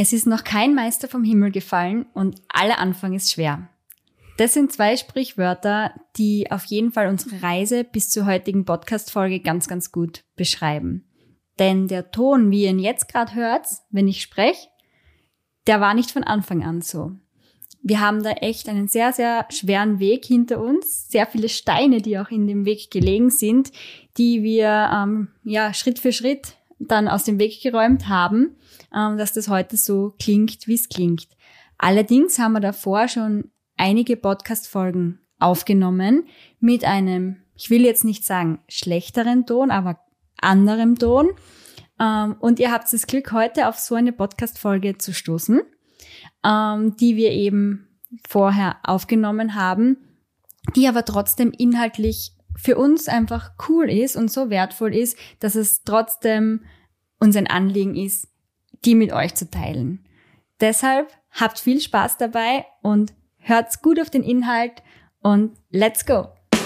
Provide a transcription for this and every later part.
Es ist noch kein Meister vom Himmel gefallen und aller Anfang ist schwer. Das sind 2 Sprichwörter, die auf jeden Fall unsere Reise bis zur heutigen Podcast-Folge ganz, ganz gut beschreiben. Denn der Ton, wie ihr ihn jetzt gerade hört, wenn ich spreche, der war nicht von Anfang an so. Wir haben da echt einen sehr, sehr schweren Weg hinter uns, sehr viele Steine, die auch in dem Weg gelegen sind, die wir Schritt für Schritt dann aus dem Weg geräumt haben, dass das heute so klingt, wie es klingt. Allerdings haben wir davor schon einige Podcast-Folgen aufgenommen mit einem, ich will jetzt nicht sagen schlechteren Ton, aber anderem Ton. Und ihr habt das Glück, heute auf so eine Podcast-Folge zu stoßen, die wir eben vorher aufgenommen haben, die aber trotzdem inhaltlich für uns einfach cool ist und so wertvoll ist, dass es trotzdem uns ein Anliegen ist, die mit euch zu teilen. Deshalb habt viel Spaß dabei und hört's gut auf den Inhalt und let's go!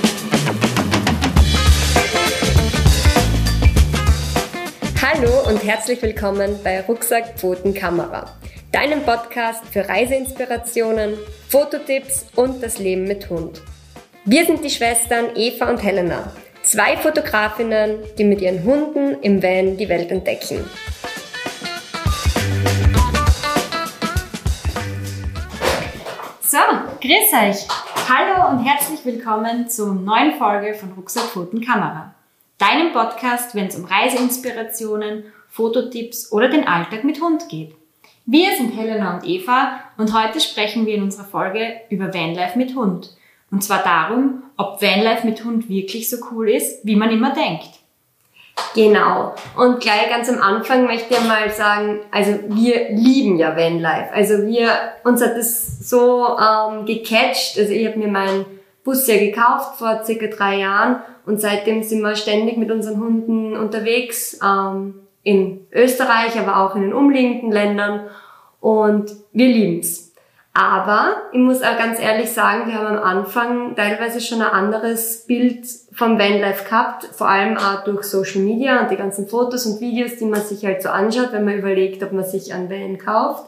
Hallo und herzlich willkommen bei Rucksack, Pfoten, Kamera, deinem Podcast für Reiseinspirationen, Fototipps und das Leben mit Hund. Wir sind die Schwestern Eva und Helena, 2 Fotografinnen, die mit ihren Hunden im Van die Welt entdecken. So, grüß euch! Hallo und herzlich willkommen zur neuen Folge von Rucksack, Pfoten, Kamera, deinem Podcast, wenn es um Reiseinspirationen, Fototipps oder den Alltag mit Hund geht. Wir sind Helena und Eva und heute sprechen wir in unserer Folge über Vanlife mit Hund. Und zwar darum, ob Vanlife mit Hund wirklich so cool ist, wie man immer denkt. Genau. Und gleich ganz am Anfang möchte ich mal sagen, also wir lieben ja Vanlife. Also uns hat das so gecatcht. Also ich habe mir meinen Bus ja gekauft vor circa 3 Jahren und seitdem sind wir ständig mit unseren Hunden unterwegs, in Österreich, aber auch in den umliegenden Ländern und wir lieben's. Aber ich muss auch ganz ehrlich sagen, wir haben am Anfang teilweise schon ein anderes Bild vom Vanlife gehabt, vor allem auch durch Social Media und die ganzen Fotos und Videos, die man sich halt so anschaut, wenn man überlegt, ob man sich einen Van kauft.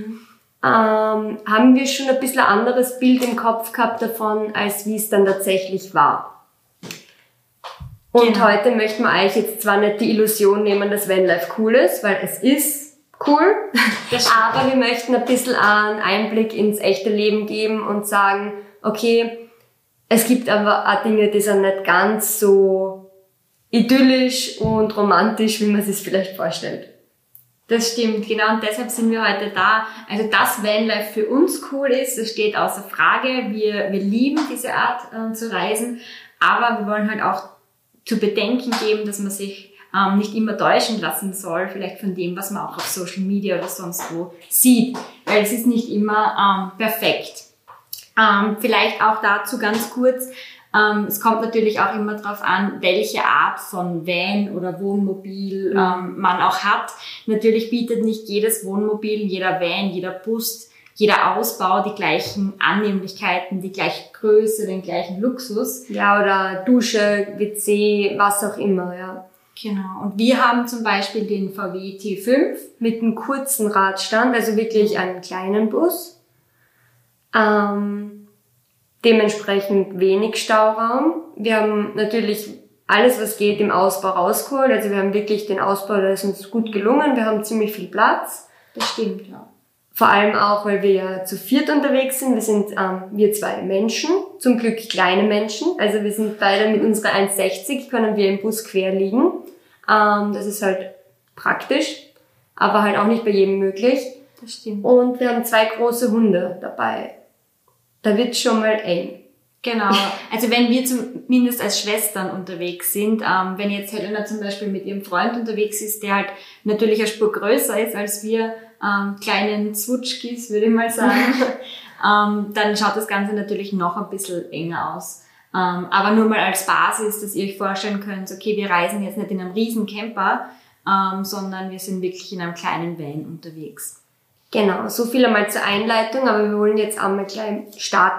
Haben wir schon ein bisschen ein anderes Bild im Kopf gehabt davon, als wie es dann tatsächlich war. Und Genau. Heute möchten wir euch jetzt zwar nicht die Illusion nehmen, dass Vanlife cool ist, weil es ist cool, aber wir möchten ein bisschen einen Einblick ins echte Leben geben und sagen, okay, es gibt aber auch Dinge, die sind nicht ganz so idyllisch und romantisch, wie man sich vielleicht vorstellt. Das stimmt, genau, und deshalb sind wir heute da. Also, dass Vanlife für uns cool ist, das steht außer Frage. Wir lieben diese Art zu reisen, aber wir wollen halt auch zu bedenken geben, dass man sich nicht immer täuschen lassen soll, vielleicht von dem, was man auch auf Social Media oder sonst wo sieht, weil es ist nicht immer perfekt. Vielleicht auch dazu ganz kurz, es kommt natürlich auch immer darauf an, welche Art von Van oder Wohnmobil man auch hat. Natürlich bietet nicht jedes Wohnmobil, jeder Van, jeder Bus, jeder Ausbau die gleichen Annehmlichkeiten, die gleiche Größe, den gleichen Luxus. Ja, oder Dusche, WC, was auch immer, ja. Genau. Und wir haben zum Beispiel den VW T5 mit einem kurzen Radstand, also wirklich einen kleinen Bus. Dementsprechend wenig Stauraum. Wir haben natürlich alles, was geht, im Ausbau rausgeholt. Also wir haben wirklich den Ausbau, der ist uns gut gelungen. Wir haben ziemlich viel Platz. Das stimmt, ja. Vor allem auch, weil wir ja zu 4 unterwegs sind. Wir sind wir 2 Menschen, zum Glück kleine Menschen. Also wir sind beide mit unserer 1,60, können wir im Bus quer liegen. Das ist halt praktisch, aber halt auch nicht bei jedem möglich. Das stimmt. Und wir haben 2 große Hunde dabei. Da wird's schon mal eng. Genau. Also wenn wir zumindest als Schwestern unterwegs sind, wenn jetzt Helena zum Beispiel mit ihrem Freund unterwegs ist, der halt natürlich eine Spur größer ist als wir, kleinen Zwutschkis, würde ich mal sagen, dann schaut das Ganze natürlich noch ein bisschen enger aus. Aber nur mal als Basis, dass ihr euch vorstellen könnt, okay, wir reisen jetzt nicht in einem riesen Camper, sondern wir sind wirklich in einem kleinen Van unterwegs. Genau, so viel einmal zur Einleitung, aber wir wollen jetzt einmal gleich starten.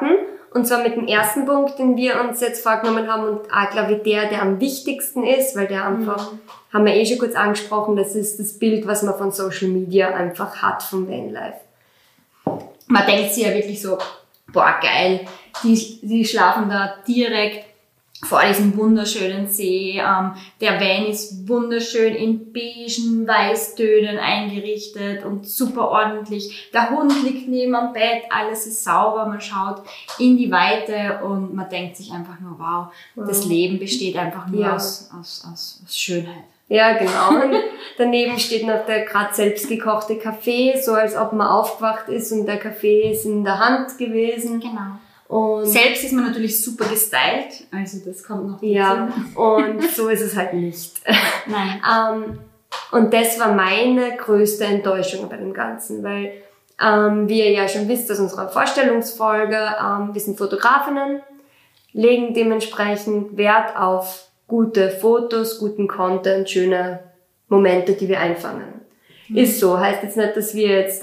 Und zwar mit dem ersten Punkt, den wir uns jetzt vorgenommen haben und auch, glaube ich, der am wichtigsten ist, weil der einfach, haben wir schon kurz angesprochen, das ist das Bild, was man von Social Media einfach hat vom Vanlife. Man denkt sich ja wirklich so, boah, geil, die schlafen da direkt vor diesem wunderschönen See. Der Van ist wunderschön in beigen Weißtönen eingerichtet und super ordentlich. Der Hund liegt neben am Bett, alles ist sauber, man schaut in die Weite und man denkt sich einfach nur, wow, das Leben besteht einfach nur aus Schönheit. Ja, genau. Und daneben steht noch der gerade selbst gekochte Kaffee, so als ob man aufgewacht ist und der Kaffee ist in der Hand gewesen. Genau. Und selbst ist man natürlich super gestylt, also das kommt noch dazu. Ja, und so ist es halt nicht. Nein. Und das war meine größte Enttäuschung bei dem Ganzen, weil wie ihr ja schon wisst aus unserer Vorstellungsfolge, wir sind Fotografinnen, legen dementsprechend Wert auf gute Fotos, guten Content, schöne Momente, die wir einfangen. Ist so, heißt jetzt nicht, dass wir jetzt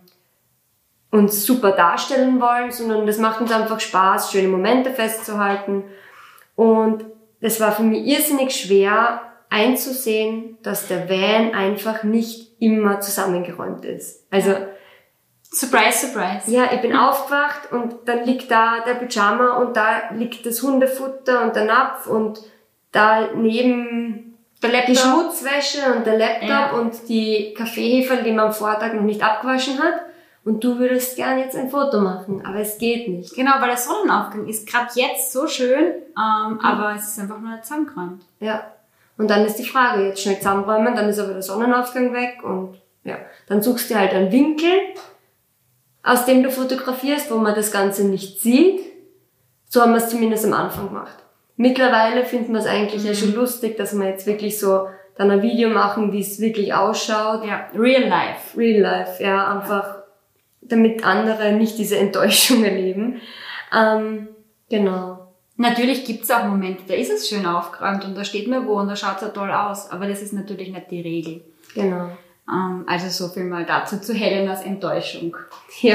uns super darstellen wollen, sondern das macht uns einfach Spaß, schöne Momente festzuhalten. Und es war für mich irrsinnig schwer einzusehen, dass der Van einfach nicht immer zusammengeräumt ist. Also Surprise, surprise. Ja, ich bin aufgewacht und dann liegt da der Pyjama und da liegt das Hundefutter und der Napf und daneben die Schmutzwäsche und der Laptop und die Kaffeeheferl, die man am Vortag noch nicht abgewaschen hat. Und du würdest gern jetzt ein Foto machen, aber es geht nicht. Genau, weil der Sonnenaufgang ist gerade jetzt so schön, aber es ist einfach nur nicht zusammengeräumt. Ja. Und dann ist die Frage, jetzt schnell zusammenräumen, dann ist aber der Sonnenaufgang weg und ja. Dann suchst du halt einen Winkel, aus dem du fotografierst, wo man das Ganze nicht sieht. So haben wir es zumindest am Anfang gemacht. Mittlerweile finden wir es eigentlich ja schon lustig, dass wir jetzt wirklich so dann ein Video machen, wie es wirklich ausschaut. Ja, real life. Real life, ja, einfach damit andere nicht diese Enttäuschung erleben. Genau. Natürlich gibt's auch Momente, da ist es schön aufgeräumt und da steht mir wo und da schaut's ja toll aus, aber das ist natürlich nicht die Regel. Genau. Also so viel mal dazu zu Helenas Enttäuschung. Ja.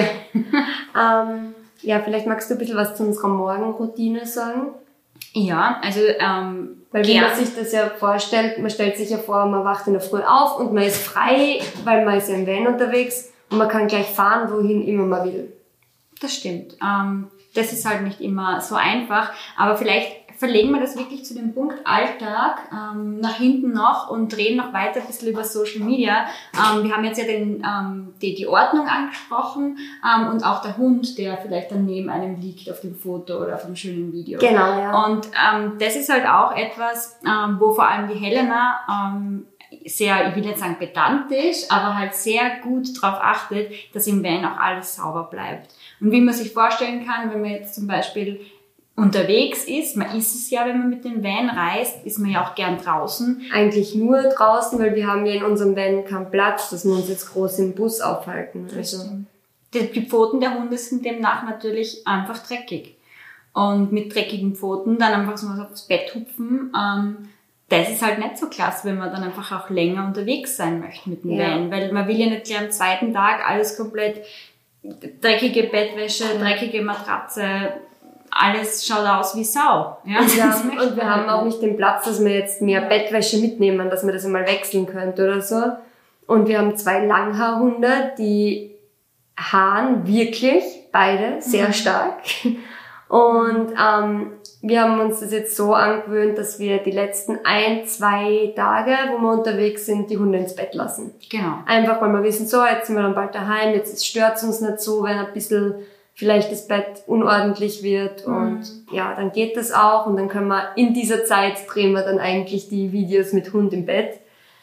Ja, vielleicht magst du ein bisschen was zu unserer Morgenroutine sagen? Ja, also weil wie man sich das ja vorstellt, man stellt sich ja vor, man wacht in der Früh auf und man ist frei, weil man ist ja im Van unterwegs und man kann gleich fahren, wohin immer man will. Das stimmt. Das ist halt nicht immer so einfach, aber vielleicht verlegen wir das wirklich zu dem Punkt Alltag nach hinten noch und drehen noch weiter ein bisschen über Social Media. Wir haben jetzt ja die Ordnung angesprochen und auch der Hund, der vielleicht dann neben einem liegt auf dem Foto oder auf einem schönen Video. Genau, ja. Und das ist halt auch etwas, wo vor allem die Helena sehr, ich will nicht sagen pedantisch, aber halt sehr gut darauf achtet, dass im Van auch alles sauber bleibt. Und wie man sich vorstellen kann, wenn man jetzt zum Beispiel unterwegs ist, man ist es ja, wenn man mit dem Van reist, ist man ja auch gern draußen. Eigentlich nur draußen, weil wir haben ja in unserem Van keinen Platz, dass wir uns jetzt groß im Bus aufhalten. Also die Pfoten der Hunde sind demnach natürlich einfach dreckig. Und mit dreckigen Pfoten dann einfach so aufs Bett hupfen, das ist halt nicht so klasse, wenn man dann einfach auch länger unterwegs sein möchte mit dem Van, weil man will ja nicht gleich am zweiten Tag alles komplett dreckige Bettwäsche, dreckige Matratze, alles schaut aus wie Sau. Ja? Und wir haben auch nicht den Platz, dass wir jetzt mehr Bettwäsche mitnehmen, dass man das einmal wechseln könnte oder so. Und wir haben 2 Langhaarhunde, die haaren wirklich beide sehr stark. Und wir haben uns das jetzt so angewöhnt, dass wir die letzten 1-2 Tage, wo wir unterwegs sind, die Hunde ins Bett lassen. Genau. Einfach, weil wir wissen, so, jetzt sind wir dann bald daheim, jetzt stört es uns nicht so, wenn ein bisschen vielleicht das Bett unordentlich wird und ja, dann geht das auch und dann können wir in dieser Zeit drehen wir dann eigentlich die Videos mit Hund im Bett.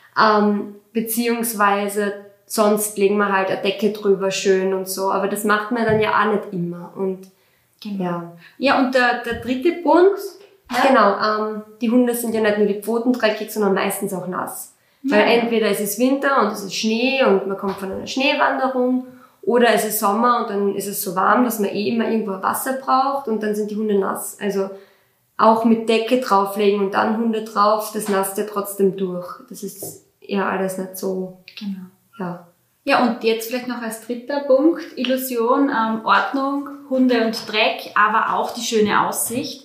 Beziehungsweise sonst legen wir halt eine Decke drüber schön und so, aber das macht man dann ja auch nicht immer und genau. Ja, und der dritte Punkt. Genau, die Hunde sind ja nicht nur die Pfoten dreckig, sondern meistens auch nass. Weil entweder es ist Winter und es ist Schnee und man kommt von einer Schneewanderung oder es ist Sommer und dann ist es so warm, dass man immer irgendwo Wasser braucht und dann sind die Hunde nass. Also auch mit Decke drauflegen und dann Hunde drauf, das nasst ja trotzdem durch. Das ist ja alles nicht so. Genau. Ja. Ja, und jetzt vielleicht noch als dritter Punkt, Illusion, Ordnung, Hunde und Dreck, aber auch die schöne Aussicht.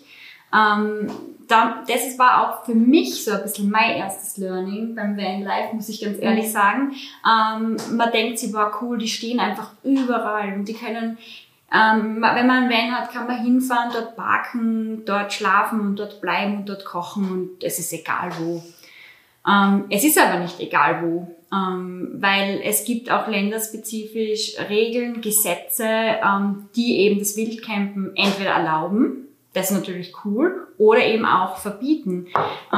Das war auch für mich so ein bisschen mein erstes Learning beim Vanlife, muss ich ganz ehrlich sagen. Man denkt sich, wow, cool, die stehen einfach überall und die können, wenn man einen Van hat, kann man hinfahren, dort parken, dort schlafen und dort bleiben und dort kochen und es ist egal wo. Es ist aber nicht egal wo, weil es gibt auch länderspezifisch Regeln, Gesetze, die eben das Wildcampen entweder erlauben, das ist natürlich cool, oder eben auch verbieten.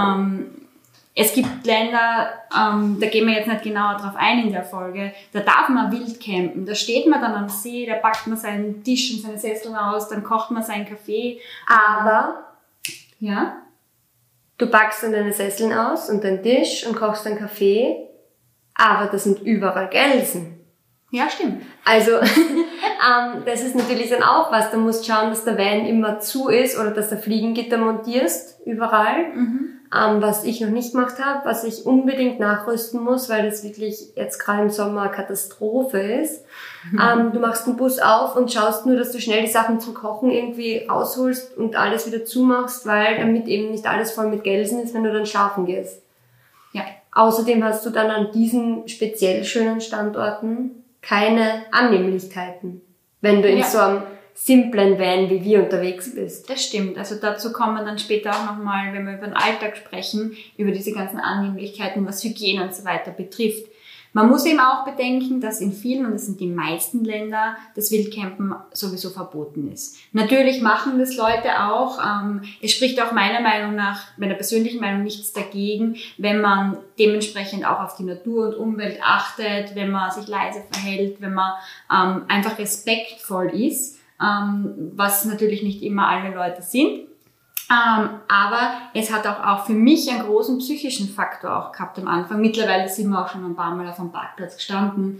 Es gibt Länder, da gehen wir jetzt nicht genauer drauf ein in der Folge, da darf man wild campen, da steht man dann am See, da packt man seinen Tisch und seine Sessel aus, dann kocht man seinen Kaffee. Aber Ja? du packst dann deine Sesseln aus und deinen Tisch und kochst einen Kaffee, aber das sind überall Gelsen. Ja, stimmt. Also, das ist natürlich dann auch was. Du musst schauen, dass der Van immer zu ist oder dass du Fliegengitter montierst, überall. Was ich noch nicht gemacht habe, was ich unbedingt nachrüsten muss, weil das wirklich jetzt gerade im Sommer eine Katastrophe ist. Du machst den Bus auf und schaust nur, dass du schnell die Sachen zum Kochen irgendwie rausholst und alles wieder zumachst, weil damit eben nicht alles voll mit Gelsen ist, wenn du dann schlafen gehst. Ja. Außerdem hast du dann an diesen speziell schönen Standorten keine Annehmlichkeiten, wenn du in so einem simplen Van wie wir unterwegs bist. Das stimmt. Also dazu kommen wir dann später auch nochmal, wenn wir über den Alltag sprechen, über diese ganzen Annehmlichkeiten, was Hygiene und so weiter betrifft. Man muss eben auch bedenken, dass in vielen, und das sind die meisten Länder, das Wildcampen sowieso verboten ist. Natürlich machen das Leute auch. Es spricht auch meiner Meinung nach, meiner persönlichen Meinung, nichts dagegen, wenn man dementsprechend auch auf die Natur und Umwelt achtet, wenn man sich leise verhält, wenn man einfach respektvoll ist, was natürlich nicht immer alle Leute sind. Aber es hat auch für mich einen großen psychischen Faktor auch gehabt am Anfang. Mittlerweile sind wir auch schon ein paar Mal auf einem Parkplatz gestanden,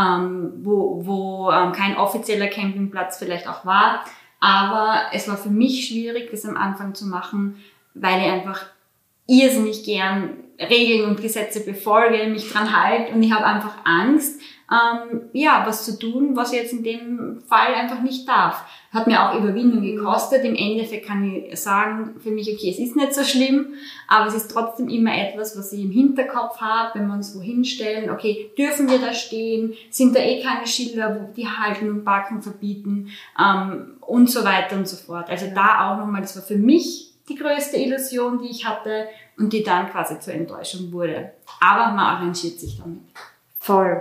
wo kein offizieller Campingplatz vielleicht auch war. Aber es war für mich schwierig, das am Anfang zu machen, weil ich einfach irrsinnig gern Regeln und Gesetze befolge, mich dran halte und ich habe einfach Angst, was zu tun, was ich jetzt in dem Fall einfach nicht darf. Hat mir auch Überwindung gekostet. Im Endeffekt kann ich sagen, für mich, okay, es ist nicht so schlimm, aber es ist trotzdem immer etwas, was ich im Hinterkopf habe, wenn wir uns wohin stellen. Okay, dürfen wir da stehen? Sind da keine Schilder, wo die Halten und Parken verbieten? Und so weiter und so fort. Also da auch nochmal, das war für mich die größte Illusion, die ich hatte und die dann quasi zur Enttäuschung wurde. Aber man arrangiert sich damit. Voll.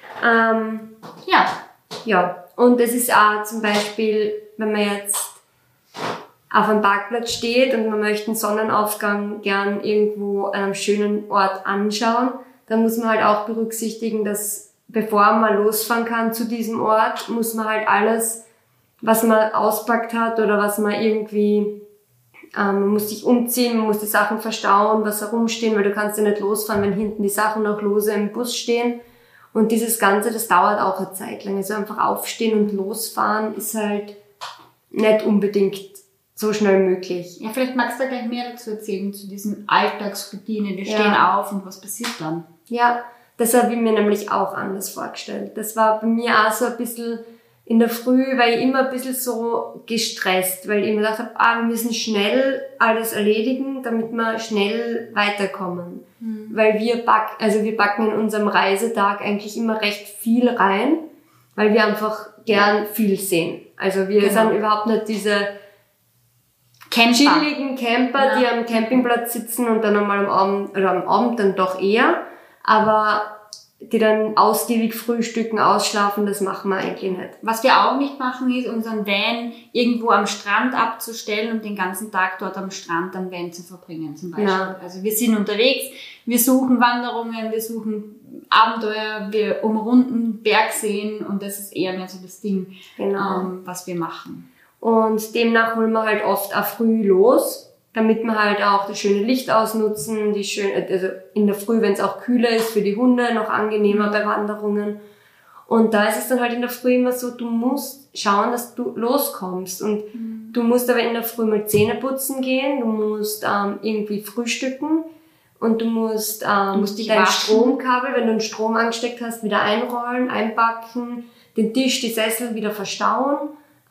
Ja. Und es ist auch zum Beispiel, wenn man jetzt auf einem Parkplatz steht und man möchte einen Sonnenaufgang gern irgendwo an einem schönen Ort anschauen, dann muss man halt auch berücksichtigen, dass bevor man losfahren kann zu diesem Ort, muss man halt alles, was man auspackt hat oder was man irgendwie, man muss sich umziehen, man muss die Sachen verstauen, was herumstehen, weil du kannst ja nicht losfahren, wenn hinten die Sachen noch lose im Bus stehen. Und dieses Ganze, das dauert auch eine Zeit lang. Also einfach aufstehen und losfahren ist halt nicht unbedingt so schnell möglich. Ja, vielleicht magst du gleich mehr dazu erzählen, zu diesen Alltagsroutinen. Wir stehen auf und was passiert dann? Ja, das habe ich mir nämlich auch anders vorgestellt. Das war bei mir auch so ein bisschen in der Früh, weil ich immer ein bisschen so gestresst, weil ich immer gedacht habe, wir müssen schnell alles erledigen, damit wir schnell weiterkommen. Weil wir packen in unserem Reisetag eigentlich immer recht viel rein, weil wir einfach gern viel sehen. Also wir sind überhaupt nicht diese chilligen Camper, die am Campingplatz sitzen und dann einmal am Abend dann doch eher, aber die dann ausgiebig frühstücken, ausschlafen, das machen wir eigentlich nicht. Was wir auch nicht machen, ist, unseren Van irgendwo am Strand abzustellen und den ganzen Tag dort am Strand am Van zu verbringen, zum Beispiel. Ja. Also wir sind unterwegs, wir suchen Wanderungen, wir suchen Abenteuer, wir umrunden Bergseen und das ist eher mehr so das Ding, was wir machen. Und demnach wollen wir halt oft auch früh los, damit wir halt auch das schöne Licht ausnutzen, also in der Früh, wenn es auch kühler ist, für die Hunde noch angenehmer bei Wanderungen. Und da ist es dann halt in der Früh immer so, du musst schauen, dass du loskommst. Und du musst aber in der Früh mal Zähne putzen gehen, du musst irgendwie frühstücken. und du musst dich dein waschen. Stromkabel, wenn du einen Strom angesteckt hast, wieder einrollen, einpacken, den Tisch, die Sessel wieder verstauen,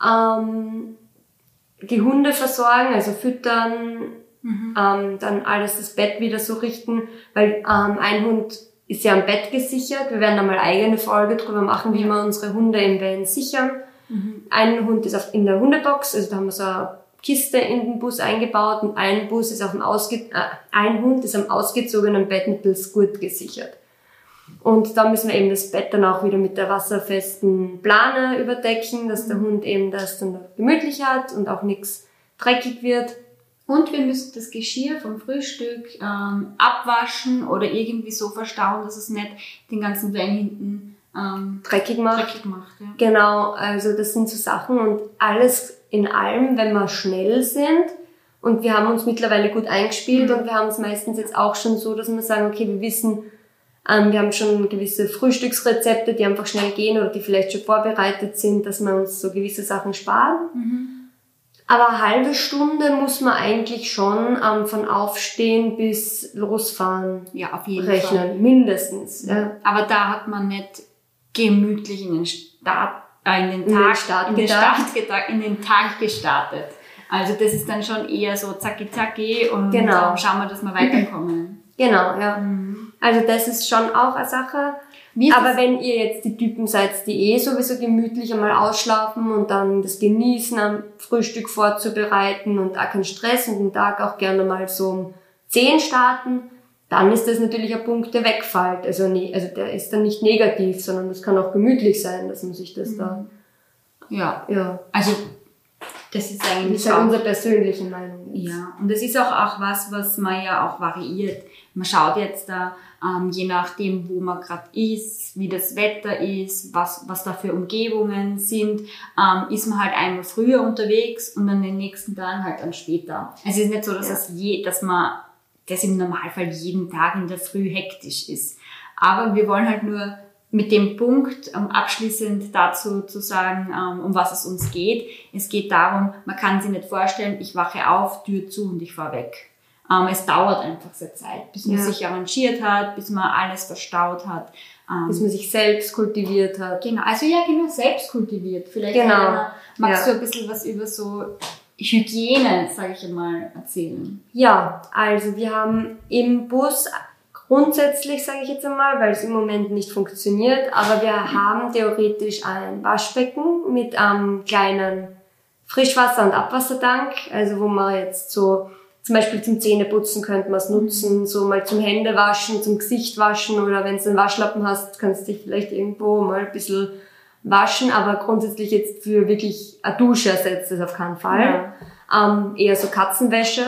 die Hunde versorgen, also füttern, dann alles das Bett wieder so richten, weil ein Hund ist ja am Bett gesichert. Wir werden da mal eigene Folge drüber machen, wie wir unsere Hunde im Van sichern. Ein Hund ist in der Hundebox, also da haben wir so eine Kiste in den Bus eingebaut und ein Hund ist am ausgezogenen Bett mittels Gurt gesichert. Und da müssen wir eben das Bett dann auch wieder mit der wasserfesten Plane überdecken, dass der Hund eben das dann gemütlich hat und auch nichts dreckig wird. Und wir müssen das Geschirr vom Frühstück abwaschen oder irgendwie so verstauen, dass es nicht den ganzen Van hinten dreckig macht. Ja. Genau, also das sind so Sachen und alles in allem, wenn wir schnell sind und wir haben uns mittlerweile gut eingespielt und wir haben es meistens jetzt auch schon so, dass wir sagen, okay, wir wissen, wir haben schon gewisse Frühstücksrezepte, die einfach schnell gehen oder die vielleicht schon vorbereitet sind, dass wir uns so gewisse Sachen sparen. Aber eine halbe Stunde muss man eigentlich schon von Aufstehen bis Losfahren auf jeden rechnen, Fall. Mindestens. Ja. Aber da hat man nicht gemütlich in den Tag gestartet. Also das ist dann schon eher so zacki zacki und schauen wir, dass wir weiterkommen. Genau, ja. Also das ist schon auch eine Sache. Aber wenn ihr jetzt die Typen seid, die sowieso gemütlich einmal ausschlafen und dann das genießen, am Frühstück vorzubereiten und auch keinen Stress und den Tag auch gerne mal so um 10 starten, dann ist das natürlich ein Punkt, der wegfällt. Also der ist dann nicht negativ, sondern das kann auch gemütlich sein, dass man sich das da... Ja. Also das ist eigentlich auch unsere persönliche Meinung jetzt. Ja, und das ist auch was man ja auch variiert. Man schaut jetzt da, je nachdem, wo man gerade ist, wie das Wetter ist, was da für Umgebungen sind, ist man halt einmal früher unterwegs und dann den nächsten Tagen halt dann später. Es ist nicht so, dass man das im Normalfall jeden Tag in der Früh hektisch ist. Aber wir wollen halt nur mit dem Punkt, abschließend dazu zu sagen, um was es uns geht. Es geht darum, man kann sich nicht vorstellen, ich wache auf, Tür zu und ich fahre weg. Es dauert einfach sehr Zeit, bis man sich arrangiert hat, bis man alles verstaut hat. Bis man sich selbst kultiviert hat. Genau, selbst kultiviert. Vielleicht magst du ein bisschen was über so Hygiene, sage ich einmal, erzählen. Ja, also wir haben im Bus grundsätzlich, sage ich jetzt einmal, weil es im Moment nicht funktioniert, aber wir haben theoretisch ein Waschbecken mit einem kleinen Frischwasser- und Abwassertank, also wo man jetzt so zum Beispiel zum Zähneputzen könnte man es nutzen, so mal zum Händewaschen, zum Gesicht waschen oder wenn du einen Waschlappen hast, kannst du dich vielleicht irgendwo mal ein bisschen waschen, aber grundsätzlich jetzt für wirklich eine Dusche ersetzt das auf keinen Fall. Eher so Katzenwäsche.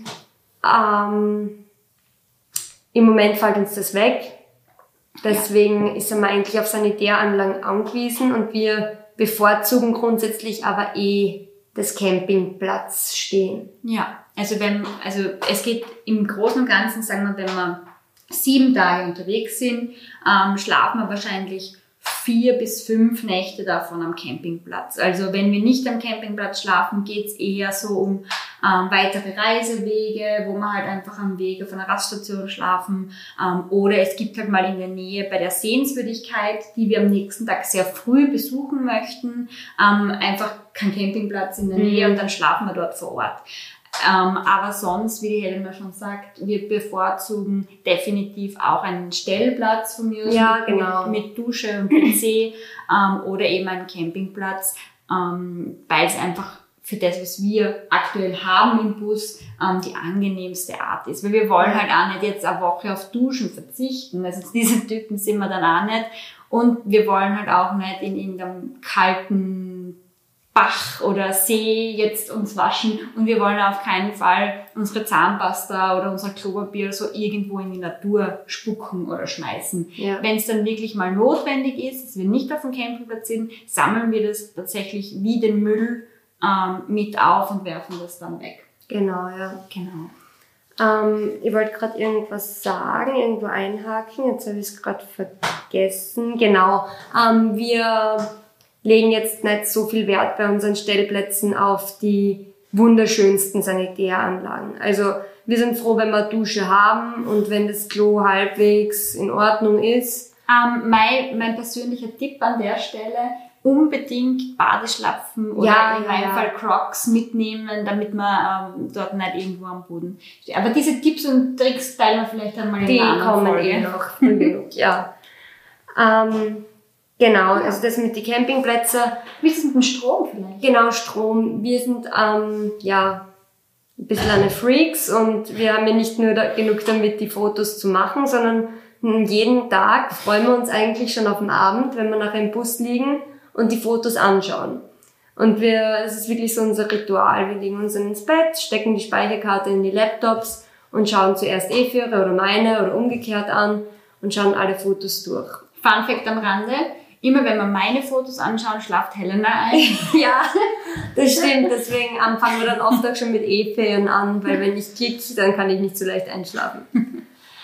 Im Moment fällt uns das weg. Deswegen sind wir eigentlich auf Sanitäranlagen angewiesen und wir bevorzugen grundsätzlich aber das Campingplatz stehen. Ja, also es geht im Großen und Ganzen, sagen wir, wenn wir 7 Tage unterwegs sind, schlafen wir wahrscheinlich 4 bis 5 Nächte davon am Campingplatz. Also wenn wir nicht am Campingplatz schlafen, geht's eher so um weitere Reisewege, wo wir halt einfach am Wege von der Raststation schlafen. Oder es gibt halt mal in der Nähe bei der Sehenswürdigkeit, die wir am nächsten Tag sehr früh besuchen möchten, einfach kein Campingplatz in der Nähe und dann schlafen wir dort vor Ort. Aber sonst, wie die Helena schon sagt, wir bevorzugen definitiv auch einen Stellplatz von mir mit Dusche und PC oder eben einen Campingplatz, weil es einfach für das, was wir aktuell haben im Bus, die angenehmste Art ist. Weil wir wollen halt auch nicht jetzt eine Woche auf Duschen verzichten. Also diese Typen sind wir dann auch nicht. Und wir wollen halt auch nicht in irgendeinem kalten Bach oder See jetzt uns waschen und wir wollen auf keinen Fall unsere Zahnpasta oder unser Klopapier so irgendwo in die Natur spucken oder schmeißen. Ja. Wenn es dann wirklich mal notwendig ist, dass wir nicht auf dem Campingplatz sind, sammeln wir das tatsächlich wie den Müll mit auf und werfen das dann weg. Genau, ja. Genau. Ich wollte gerade irgendwas sagen, irgendwo einhaken, jetzt habe ich es gerade vergessen. Genau, wir legen jetzt nicht so viel Wert bei unseren Stellplätzen auf die wunderschönsten Sanitäranlagen. Also wir sind froh, wenn wir eine Dusche haben und wenn das Klo halbwegs in Ordnung ist. Mein persönlicher Tipp an der Stelle, unbedingt Badeschlapfen oder in meinem Fall Crocs mitnehmen, damit man dort nicht irgendwo am Boden steht. Aber diese Tipps und Tricks teilen wir vielleicht einmal in einer anderen Folge. Die kommen noch früh genug, ja. Genau, also das mit den Campingplätzen. Wie ist es mit dem Strom vielleicht? Genau, Strom. Wir sind ein bisschen eine Freaks und wir haben ja nicht nur genug damit, die Fotos zu machen, sondern jeden Tag freuen wir uns eigentlich schon auf den Abend, wenn wir nachher im Bus liegen und die Fotos anschauen. Und es ist wirklich so unser Ritual. Wir legen uns ins Bett, stecken die Speicherkarte in die Laptops und schauen zuerst ihre oder meine oder umgekehrt an und schauen alle Fotos durch. Fun Fact am Rande: Immer wenn wir meine Fotos anschauen, schlaft Helena ein. Ja, das stimmt. Deswegen fangen wir dann oft auch schon mit E-Ferien an, weil wenn ich klicke, dann kann ich nicht so leicht einschlafen.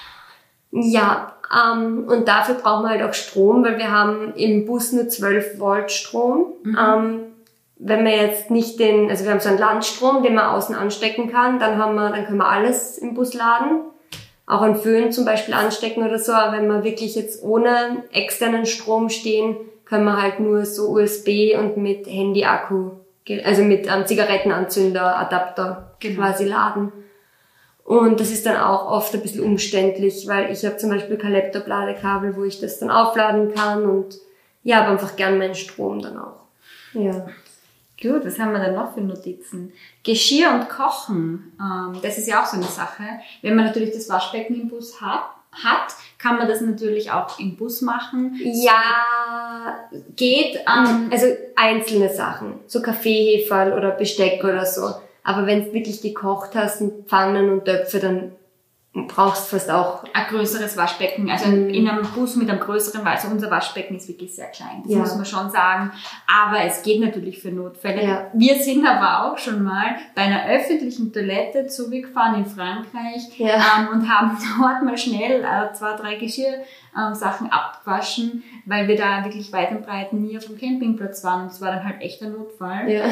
Ja, und dafür brauchen wir halt auch Strom, weil wir haben im Bus nur 12 Volt Strom. Wenn wir jetzt nicht wir haben so einen Landstrom, den man außen anstecken kann, dann können wir alles im Bus laden. Auch einen Föhn zum Beispiel anstecken oder so, aber wenn wir wirklich jetzt ohne externen Strom stehen, können wir halt nur so USB und mit Handy-Akku, also mit Zigarettenanzünder, Adapter quasi laden. Und das ist dann auch oft ein bisschen umständlich, weil ich habe zum Beispiel kein Laptop-Ladekabel, wo ich das dann aufladen kann und ja, habe einfach gern meinen Strom dann auch. Ja. Gut, was haben wir denn noch für Notizen? Geschirr und Kochen, das ist ja auch so eine Sache. Wenn man natürlich das Waschbecken im Bus hat, kann man das natürlich auch im Bus machen. Ja, geht, also einzelne Sachen, so Kaffeeheferl oder Besteck oder so. Aber wenn du wirklich gekocht hast und Pfannen und Töpfe, dann brauchst du fast auch ein größeres Waschbecken. Also in einem Bus mit einem größeren, also unser Waschbecken ist wirklich sehr klein. Das muss man schon sagen. Aber es geht natürlich für Notfälle. Ja. Wir sind aber auch schon mal bei einer öffentlichen Toilette zugefahren in Frankreich und haben dort mal schnell 2, 3 Geschirrsachen abgewaschen, weil wir da wirklich weit und breit nie auf dem Campingplatz waren. Und es war dann halt echt ein Notfall. Ja.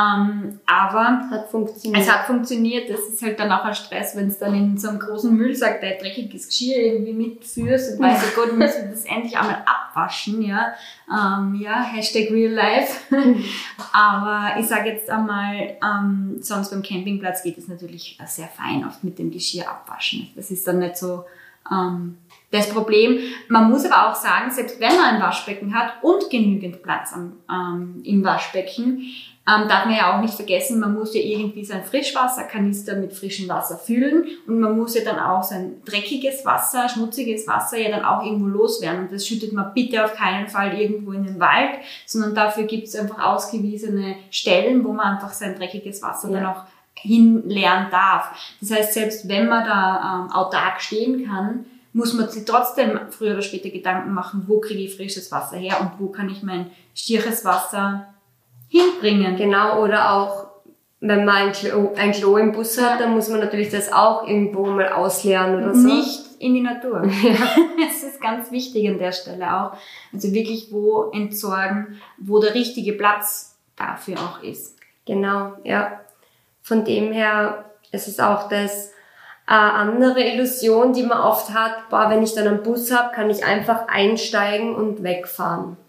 Aber es hat funktioniert. Das ist halt dann auch ein Stress, wenn es dann in so einem großen Müllsack dein dreckiges Geschirr irgendwie mitführst und weißt du, Gott, müssen wir das endlich einmal abwaschen, ja. Hashtag Real Life. Aber ich sage jetzt einmal, sonst beim Campingplatz geht es natürlich sehr fein oft mit dem Geschirr abwaschen. Das ist dann nicht so das Problem. Man muss aber auch sagen, selbst wenn man ein Waschbecken hat und genügend Platz im Waschbecken, darf man ja auch nicht vergessen, man muss ja irgendwie sein Frischwasserkanister mit frischem Wasser füllen und man muss ja dann auch sein dreckiges Wasser, schmutziges Wasser ja dann auch irgendwo loswerden. Und das schüttet man bitte auf keinen Fall irgendwo in den Wald, sondern dafür gibt es einfach ausgewiesene Stellen, wo man einfach sein dreckiges Wasser dann auch hinleeren darf. Das heißt, selbst wenn man da autark stehen kann, muss man sich trotzdem früher oder später Gedanken machen, wo kriege ich frisches Wasser her und wo kann ich mein stieres Wasser hinbringen. Genau, oder auch, wenn man ein Klo im Bus hat, dann muss man natürlich das auch irgendwo mal ausleeren oder so. Nicht in die Natur. Das ist ganz wichtig an der Stelle auch. Also wirklich wo entsorgen, wo der richtige Platz dafür auch ist. Genau, ja. Von dem her ist es auch das andere Illusion, die man oft hat, wenn ich dann einen Bus habe, kann ich einfach einsteigen und wegfahren.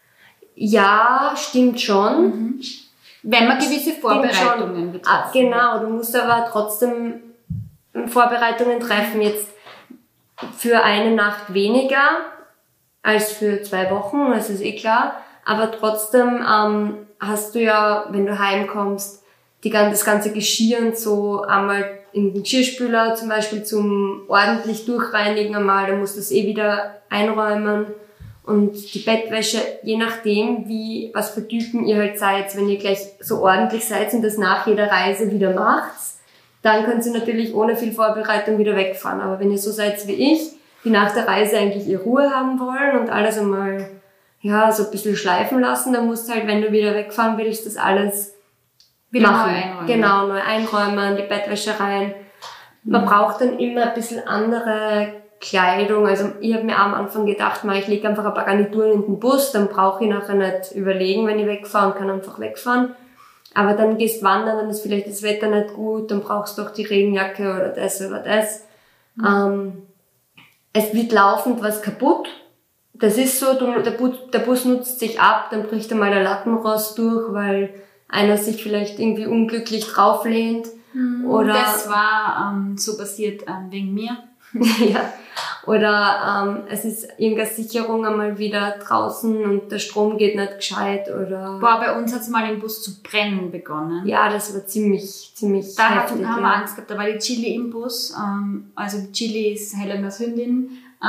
Ja, stimmt schon. Wenn man gewisse Vorbereitungen betrifft. Genau, du musst aber trotzdem Vorbereitungen treffen. Jetzt für eine Nacht weniger als für 2 Wochen, das ist eh klar. Aber trotzdem hast du ja, wenn du heimkommst, das ganze Geschirr und so einmal in den Geschirrspüler zum Beispiel zum ordentlich durchreinigen einmal, dann musst du es wieder einräumen. Und die Bettwäsche, je nachdem, was für Typen ihr halt seid, wenn ihr gleich so ordentlich seid und das nach jeder Reise wieder macht, dann könnt ihr natürlich ohne viel Vorbereitung wieder wegfahren. Aber wenn ihr so seid wie ich, die nach der Reise eigentlich ihre Ruhe haben wollen und alles einmal, so ein bisschen schleifen lassen, dann musst du halt, wenn du wieder wegfahren willst, das alles wieder machen. Neu einräumen. Genau, neu einräumen, die Bettwäsche rein. Man braucht dann immer ein bisschen andere Kleidung. Also ich habe mir am Anfang gedacht, ich lege einfach ein paar Garnituren in den Bus, dann brauche ich nachher nicht überlegen, wenn ich wegfahre und kann einfach wegfahren. Aber dann gehst wandern, dann ist vielleicht das Wetter nicht gut, dann brauchst du auch die Regenjacke oder das oder das. Es wird laufend was kaputt. Das ist so, der Bus nutzt sich ab, dann bricht einmal der Lattenrost durch, weil einer sich vielleicht irgendwie unglücklich drauflehnt. Oder das war so passiert wegen mir. ja. Oder es ist irgendeine Sicherung einmal wieder draußen und der Strom geht nicht gescheit. Oder Bei uns hat es mal im Bus zu brennen begonnen. ja, das war ziemlich Da heftig. haben wir Angst gehabt, da war die Chili im Bus. Also die Chili ist Helenas Hündin.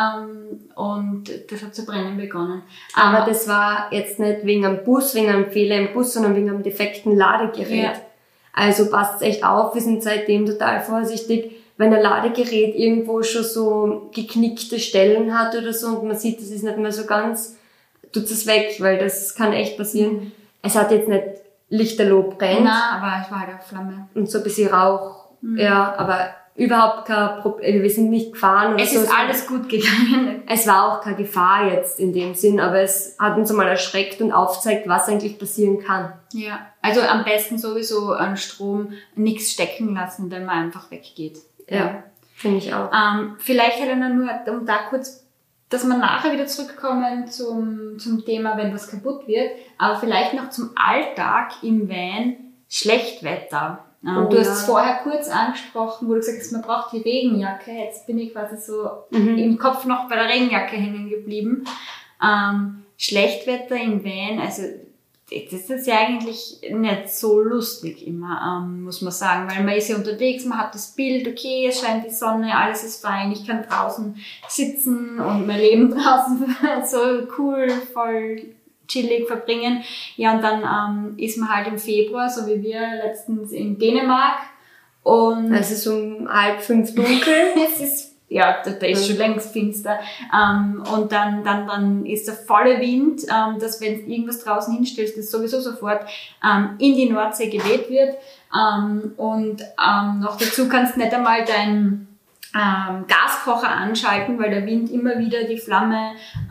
Und das hat zu brennen begonnen. Aber das war jetzt nicht wegen einem Bus, wegen einem Fehler im Bus, sondern wegen einem defekten Ladegerät. Ja. Also passt echt auf, wir sind seitdem total vorsichtig, wenn ein Ladegerät irgendwo schon so geknickte Stellen hat oder so und man sieht, das ist nicht mehr so ganz, tut es weg, weil das kann echt passieren. Es hat jetzt nicht lichterloh brennt. Nein, aber es war halt auf Flamme. Und so ein bisschen Rauch. Ja, aber überhaupt kein Problem, wir sind nicht gefahren oder Es so. ist alles gut gegangen. Es war auch keine Gefahr jetzt in dem Sinn, aber es hat uns einmal erschreckt und aufgezeigt, was eigentlich passieren kann. Ja, also am besten sowieso an Strom nichts stecken lassen, wenn man einfach weggeht. Ja, finde ich auch. Vielleicht, Helena, nur um da kurz, dass wir nachher wieder zurückkommen zum Thema, wenn was kaputt wird, aber vielleicht noch zum Alltag im Van, Schlechtwetter. Du hast es vorher kurz angesprochen, wo du gesagt hast, man braucht die Regenjacke. Jetzt bin ich quasi so im Kopf noch bei der Regenjacke hängen geblieben. Schlechtwetter im Van, also das ist ja eigentlich nicht so lustig immer, muss man sagen, weil man ist ja unterwegs, man hat das Bild, okay, es scheint die Sonne, alles ist fein, ich kann draußen sitzen und mein Leben draußen so cool, voll chillig verbringen. Ja, und dann ist man halt im Februar, so wie wir letztens in Dänemark. Und es ist um 4:30 dunkel. es ist, ja, da ist schon längst finster. Und dann ist der volle Wind, dass wenn du irgendwas draußen hinstellst, das sowieso sofort in die Nordsee geweht wird. Und noch dazu kannst du nicht einmal deinen Gaskocher anschalten, weil der Wind immer wieder die Flamme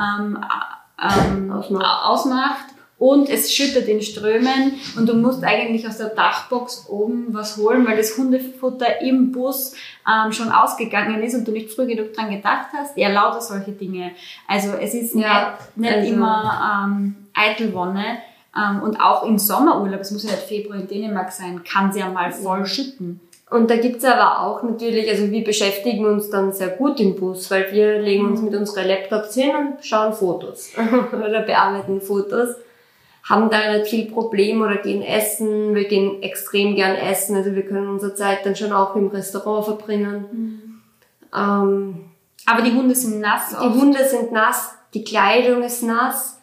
ausmacht und es schüttet in Strömen und du musst eigentlich aus der Dachbox oben was holen, weil das Hundefutter im Bus schon ausgegangen ist und du nicht früh genug dran gedacht hast. Ja, lauter solche Dinge. Also es ist nicht immer Eitelwonne. Und auch im Sommerurlaub, es muss ja nicht Februar in Dänemark sein, kann es ja mal voll schütten. Und da gibt's aber auch natürlich, also wir beschäftigen uns dann sehr gut im Bus, weil wir legen uns mit unseren Laptops hin und schauen Fotos oder bearbeiten Fotos, haben da nicht viel Problem oder gehen essen, wir gehen extrem gern essen, also wir können unsere Zeit dann schon auch im Restaurant verbringen. Aber die Hunde sind nass. Die Hunde sind nass, die Kleidung ist nass,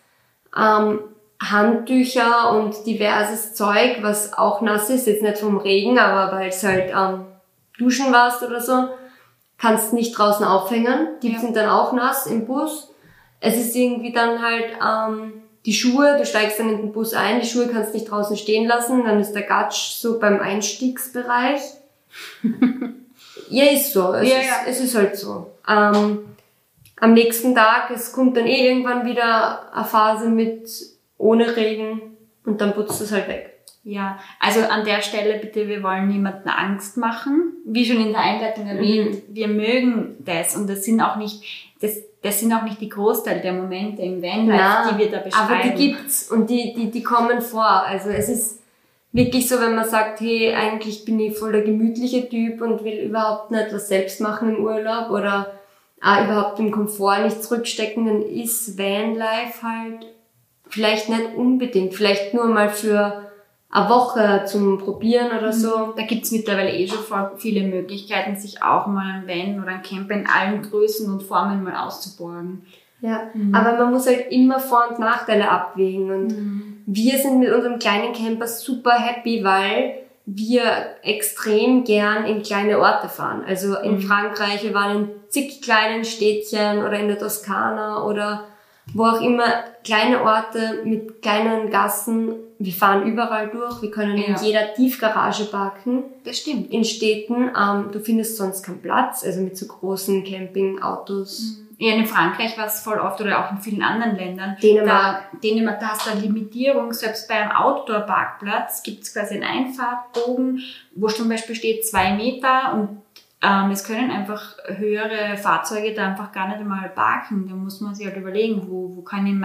Handtücher und diverses Zeug, was auch nass ist, jetzt nicht vom Regen, aber weil es halt duschen warst oder so, kannst nicht draußen aufhängen. Die sind dann auch nass im Bus. Es ist irgendwie dann halt die Schuhe, du steigst dann in den Bus ein, die Schuhe kannst nicht draußen stehen lassen, dann ist der Gatsch so beim Einstiegsbereich. Ja, ist so. Es ist halt so. Am nächsten Tag, es kommt dann irgendwann wieder eine Phase mit ohne Regen und dann putzt es halt weg. Ja, also an der Stelle bitte, wir wollen niemanden Angst machen. Wie schon in der Einleitung erwähnt, wir mögen das und das sind auch nicht die Großteil der Momente im Vanlife, die wir da beschreiben. Aber die gibt's und die kommen vor. Also es ist wirklich so, wenn man sagt, hey, eigentlich bin ich voll der gemütliche Typ und will überhaupt nicht was selbst machen im Urlaub oder überhaupt im Komfort nicht zurückstecken, dann ist Vanlife halt vielleicht nicht unbedingt, vielleicht nur mal für eine Woche zum Probieren oder so. Da gibt's mittlerweile schon voll viele Möglichkeiten, sich auch mal ein Van oder ein Camper in allen Größen und Formen mal auszuborgen. Ja, aber man muss halt immer Vor- und Nachteile abwägen und wir sind mit unserem kleinen Camper super happy, weil wir extrem gern in kleine Orte fahren. Also in Frankreich, wir waren in zig kleinen Städtchen oder in der Toskana oder wo auch immer, kleine Orte mit kleinen Gassen. Wir fahren überall durch, wir können in jeder Tiefgarage parken. Das stimmt. In Städten, du findest sonst keinen Platz, also mit so großen Campingautos. Ja, in Frankreich war es voll oft oder auch in vielen anderen Ländern. Dänemark, da hast du eine Limitierung. Selbst bei einem Outdoor-Parkplatz gibt es quasi einen Einfahrtbogen, wo zum Beispiel steht 2 Meter und es können einfach höhere Fahrzeuge da einfach gar nicht einmal parken. Da muss man sich halt überlegen, wo kann ich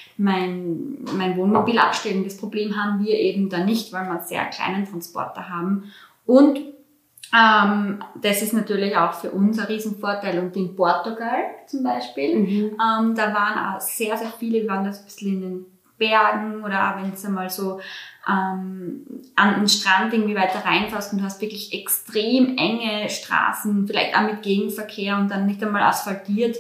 mein Wohnmobil abstellen. Das Problem haben wir eben da nicht, weil wir einen sehr kleinen Transporter haben. Und das ist natürlich auch für uns ein Riesenvorteil. Und in Portugal zum Beispiel, da waren auch sehr, sehr viele, die waren das ein bisschen in den Bergen oder auch wenn es einmal so an den Strand irgendwie weiter reinfährst und du hast wirklich extrem enge Straßen, vielleicht auch mit Gegenverkehr und dann nicht einmal asphaltiert,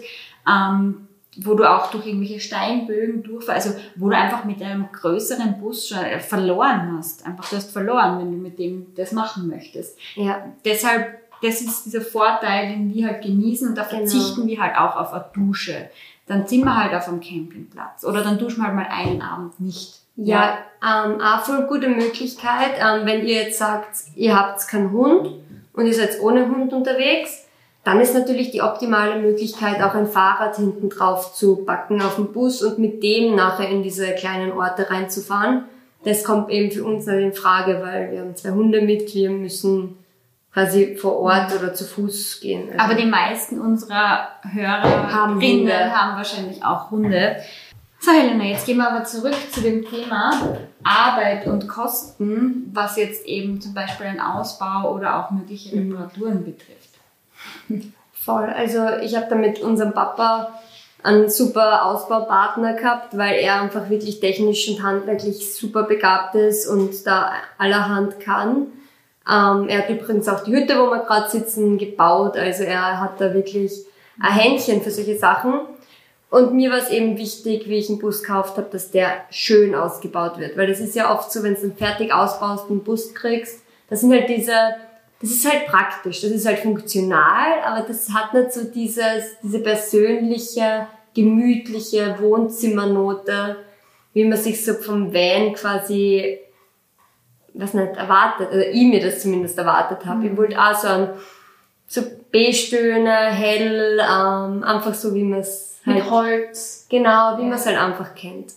wo du auch durch irgendwelche Steinbögen durchfährst, also wo du einfach mit einem größeren Bus schon verloren hast. Einfach, du hast verloren, wenn du mit dem das machen möchtest. Ja. Deshalb, das ist dieser Vorteil, den wir halt genießen und da verzichten wir halt auch auf eine Dusche. Dann sind wir halt auf einem Campingplatz oder dann duschen wir halt mal einen Abend nicht. Ja, auch voll gute Möglichkeit, wenn ihr jetzt sagt, ihr habt keinen Hund und ihr seid ohne Hund unterwegs, dann ist natürlich die optimale Möglichkeit, auch ein Fahrrad hinten drauf zu packen auf den Bus und mit dem nachher in diese kleinen Orte reinzufahren. Das kommt eben für uns nicht in Frage, weil wir haben 2 Hunde mit, wir müssen quasi vor Ort oder zu Fuß gehen. Also aber die meisten unserer Hörerinnen haben wahrscheinlich auch Hunde. So Helena, jetzt gehen wir aber zurück zu dem Thema Arbeit und Kosten, was jetzt eben zum Beispiel einen Ausbau oder auch mögliche Reparaturen betrifft. Voll, also ich habe da mit unserem Papa einen super Ausbaupartner gehabt, weil er einfach wirklich technisch und handwerklich super begabt ist und da allerhand kann. Er hat übrigens auch die Hütte, wo wir gerade sitzen, gebaut, also er hat da wirklich ein Händchen für solche Sachen. Und mir war es eben wichtig, wie ich einen Bus gekauft habe, dass der schön ausgebaut wird. Weil das ist ja oft so, wenn du einen fertig ausbaust und einen Bus kriegst, das ist halt praktisch, das ist halt funktional, aber das hat nicht so diese persönliche, gemütliche Wohnzimmernote, wie man sich so vom Van quasi, was nicht erwartet, also ich mir das zumindest erwartet habe. Ich wollte auch so Beige-Töne, hell, einfach so, wie man es mit Holz. Genau, wie man es halt einfach kennt.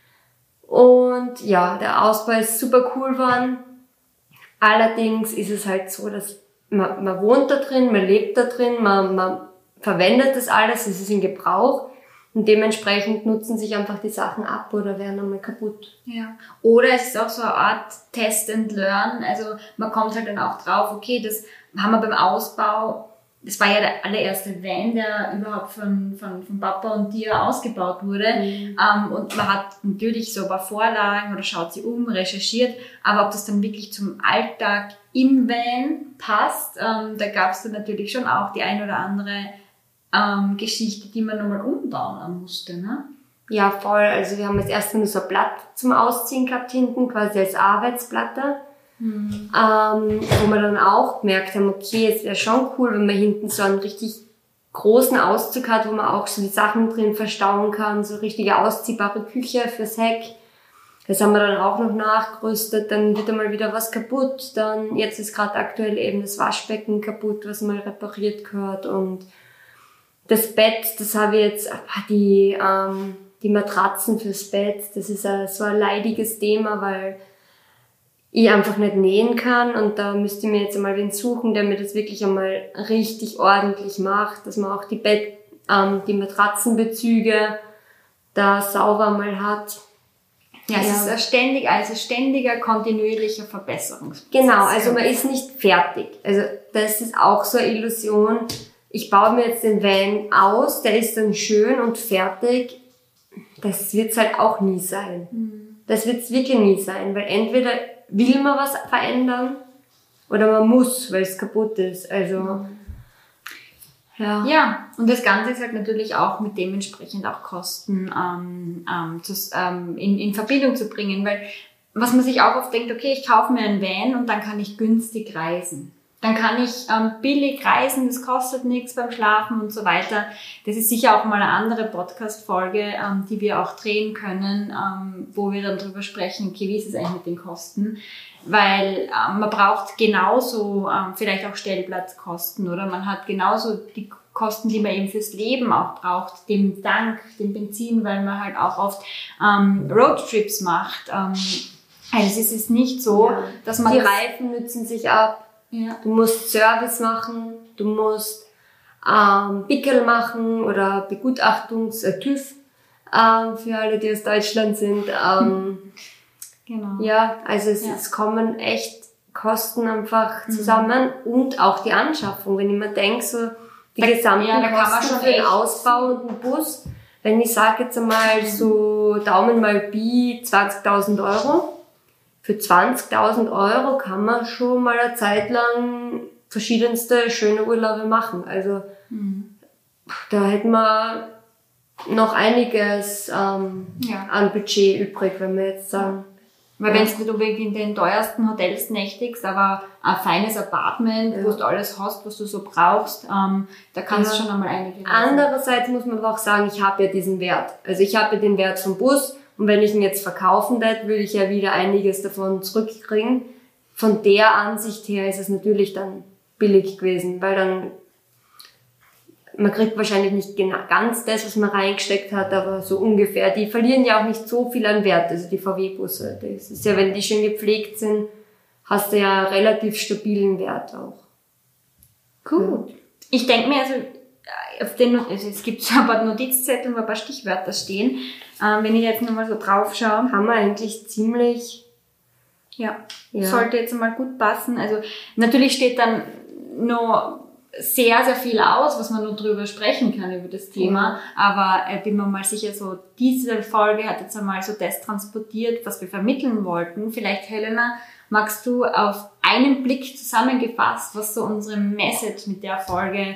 Und ja, der Ausbau ist super cool geworden. Allerdings ist es halt so, dass man wohnt da drin, man lebt da drin, man verwendet das alles, es ist in Gebrauch. Und dementsprechend nutzen sich einfach die Sachen ab oder werden einmal kaputt. Ja. Oder es ist auch so eine Art Test and Learn. Also man kommt halt dann auch drauf, okay, das haben wir beim Ausbau. Das war ja der allererste Van, der überhaupt von Papa und dir ausgebaut wurde. Und man hat natürlich so ein paar Vorlagen oder schaut sie recherchiert. Aber ob das dann wirklich zum Alltag im Van passt, da gab es dann natürlich schon auch die ein oder andere Geschichte, die man nochmal umbauen musste, ne? Ja, voll. Also wir haben das erste nur so ein Blatt zum Ausziehen gehabt hinten, quasi als Arbeitsplatte. Wo wir dann auch gemerkt haben, okay, es wäre schon cool, wenn man hinten so einen richtig großen Auszug hat, wo man auch so die Sachen drin verstauen kann, so richtige ausziehbare Küche fürs Heck. Das haben wir dann auch noch nachgerüstet, dann wird einmal wieder was kaputt, dann jetzt ist gerade aktuell eben das Waschbecken kaputt, was mal repariert gehört und das Bett, das habe ich jetzt, die Matratzen fürs Bett, das ist so ein leidiges Thema, weil ich einfach nicht nähen kann und da müsste ich mir jetzt einmal wen suchen, der mir das wirklich einmal richtig ordentlich macht, dass man auch die Matratzenbezüge da sauber mal hat. Ja, es ist ein ständiger, kontinuierlicher Verbesserungsprozess. Genau, also man ist nicht fertig. Also das ist auch so eine Illusion. Ich baue mir jetzt den Van aus, der ist dann schön und fertig. Das wird's halt auch nie sein. Das wird's wirklich nie sein, weil entweder will man was verändern oder man muss, weil es kaputt ist. Also ja, und das Ganze ist halt natürlich auch mit dementsprechend auch Kosten in Verbindung zu bringen, weil was man sich auch oft denkt, okay, ich kaufe mir einen Van und dann kann ich günstig reisen. Dann kann ich billig reisen, das kostet nichts beim Schlafen und so weiter. Das ist sicher auch mal eine andere Podcast-Folge, die wir auch drehen können, wo wir dann drüber sprechen, okay, wie ist es eigentlich mit den Kosten? Weil man braucht genauso vielleicht auch Stellplatzkosten oder man hat genauso die Kosten, die man eben fürs Leben auch braucht, dem Tank, dem Benzin, weil man halt auch oft Roadtrips macht. Also es ist nicht so, dass man... Die Reifen nützen sich ab, du musst Service machen, du musst Pickel machen oder TÜV für alle, die aus Deutschland sind. Genau. Ja, also es kommen echt Kosten einfach zusammen und auch die Anschaffung. Wenn ich mir denke, so die gesamten Kosten für den Ausbau und den Bus, wenn ich sage jetzt einmal so Daumen mal Pi 20.000 Euro, für 20.000 Euro kann man schon mal eine Zeit lang verschiedenste schöne Urlaube machen. Also da hätten wir noch einiges an Budget übrig, wenn wir jetzt sagen. Weil wenn du nicht unbedingt in den teuersten Hotels nächtigst, aber ein feines Apartment, wo du alles hast, was du so brauchst, da kannst du schon einmal einige reisen. Andererseits muss man aber auch sagen, ich habe ja diesen Wert. Also ich habe ja den Wert vom Bus und wenn ich ihn jetzt verkaufen würde, würde ich ja wieder einiges davon zurückkriegen. Von der Ansicht her ist es natürlich dann billig gewesen, weil dann man kriegt wahrscheinlich nicht genau ganz das, was man reingesteckt hat, aber so ungefähr. Die verlieren ja auch nicht so viel an Wert, also die VW-Busse. Das ist ja, wenn die schön gepflegt sind, hast du ja relativ stabilen Wert auch. Gut. Ich denke mir, also es gibt so ein paar Notizzettel, wo ein paar Stichwörter stehen. Wenn ich jetzt nochmal so drauf schaue, haben wir eigentlich ziemlich... Ja, sollte jetzt mal gut passen. Also natürlich steht dann noch sehr, sehr viel aus, was man nur drüber sprechen kann über das Thema. Aber bin mir mal sicher, so diese Folge hat jetzt einmal so das transportiert, was wir vermitteln wollten. Vielleicht, Helena, magst du auf einen Blick zusammengefasst, was so unsere Message mit der Folge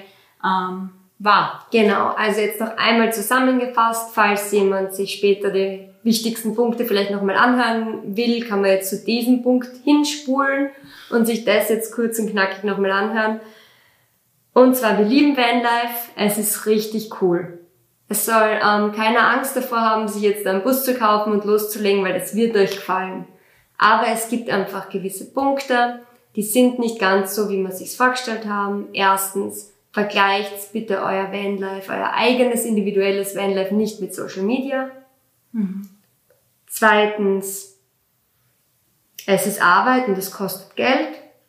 war? Genau, also jetzt noch einmal zusammengefasst, falls jemand sich später die wichtigsten Punkte vielleicht nochmal anhören will, kann man jetzt zu diesem Punkt hinspulen und sich das jetzt kurz und knackig nochmal anhören. Und zwar, wir lieben Vanlife, es ist richtig cool. Es soll keiner Angst davor haben, sich jetzt einen Bus zu kaufen und loszulegen, weil es wird euch gefallen. Aber es gibt einfach gewisse Punkte, die sind nicht ganz so, wie wir es sich vorgestellt haben. Erstens, vergleicht bitte euer Vanlife, euer eigenes individuelles Vanlife nicht mit Social Media. Zweitens, es ist Arbeit und es kostet Geld.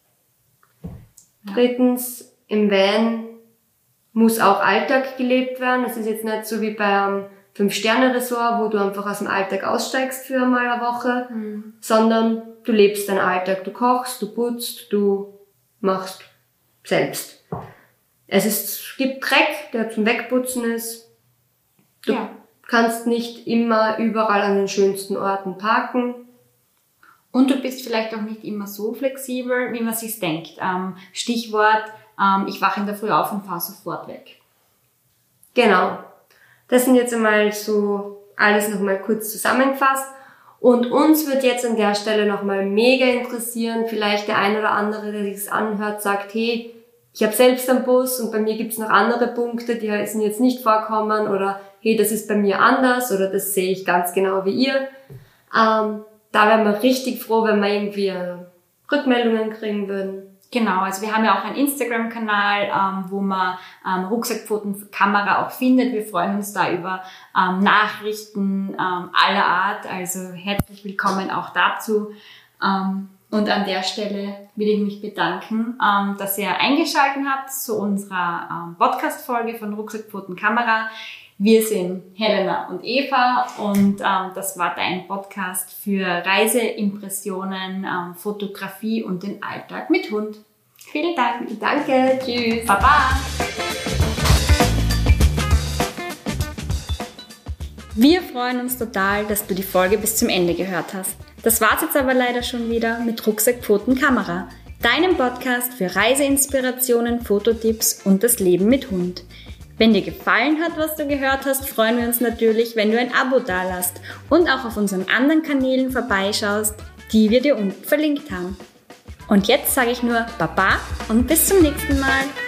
Drittens, im Van muss auch Alltag gelebt werden. Es ist jetzt nicht so wie bei einem 5-Sterne-Resort, wo du einfach aus dem Alltag aussteigst für einmal eine Woche, sondern du lebst deinen Alltag. Du kochst, du putzt, du machst selbst. Es gibt Dreck, der zum Wegputzen ist. Du kannst nicht immer überall an den schönsten Orten parken. Und du bist vielleicht auch nicht immer so flexibel, wie man sich denkt. Stichwort, ich wache in der Früh auf und fahre sofort weg. Genau. Das sind jetzt einmal so alles nochmal kurz zusammengefasst. Und uns wird jetzt an der Stelle nochmal mega interessieren, vielleicht der ein oder andere, der sich das anhört, sagt, hey, ich habe selbst einen Bus und bei mir gibt's noch andere Punkte, die sind jetzt nicht vorkommen, oder hey, das ist bei mir anders oder das sehe ich ganz genau wie ihr. Da wären wir richtig froh, wenn wir irgendwie Rückmeldungen kriegen würden. Genau, also wir haben ja auch einen Instagram-Kanal, wo man Rucksackpfoten-Kamera auch findet. Wir freuen uns da über Nachrichten aller Art, also herzlich willkommen auch dazu. Und an der Stelle will ich mich bedanken, dass ihr eingeschaltet habt zu unserer Podcast-Folge von Rucksackpfoten-Kamera. Wir sind Helena und Eva und das war dein Podcast für Reiseimpressionen, Fotografie und den Alltag mit Hund. Vielen Dank. Danke. Tschüss. Baba. Wir freuen uns total, dass du die Folge bis zum Ende gehört hast. Das war's jetzt aber leider schon wieder mit Rucksackpfoten-Kamera, deinem Podcast für Reiseinspirationen, Fototipps und das Leben mit Hund. Wenn dir gefallen hat, was du gehört hast, freuen wir uns natürlich, wenn du ein Abo dalässt und auch auf unseren anderen Kanälen vorbeischaust, die wir dir unten verlinkt haben. Und jetzt sage ich nur Baba und bis zum nächsten Mal.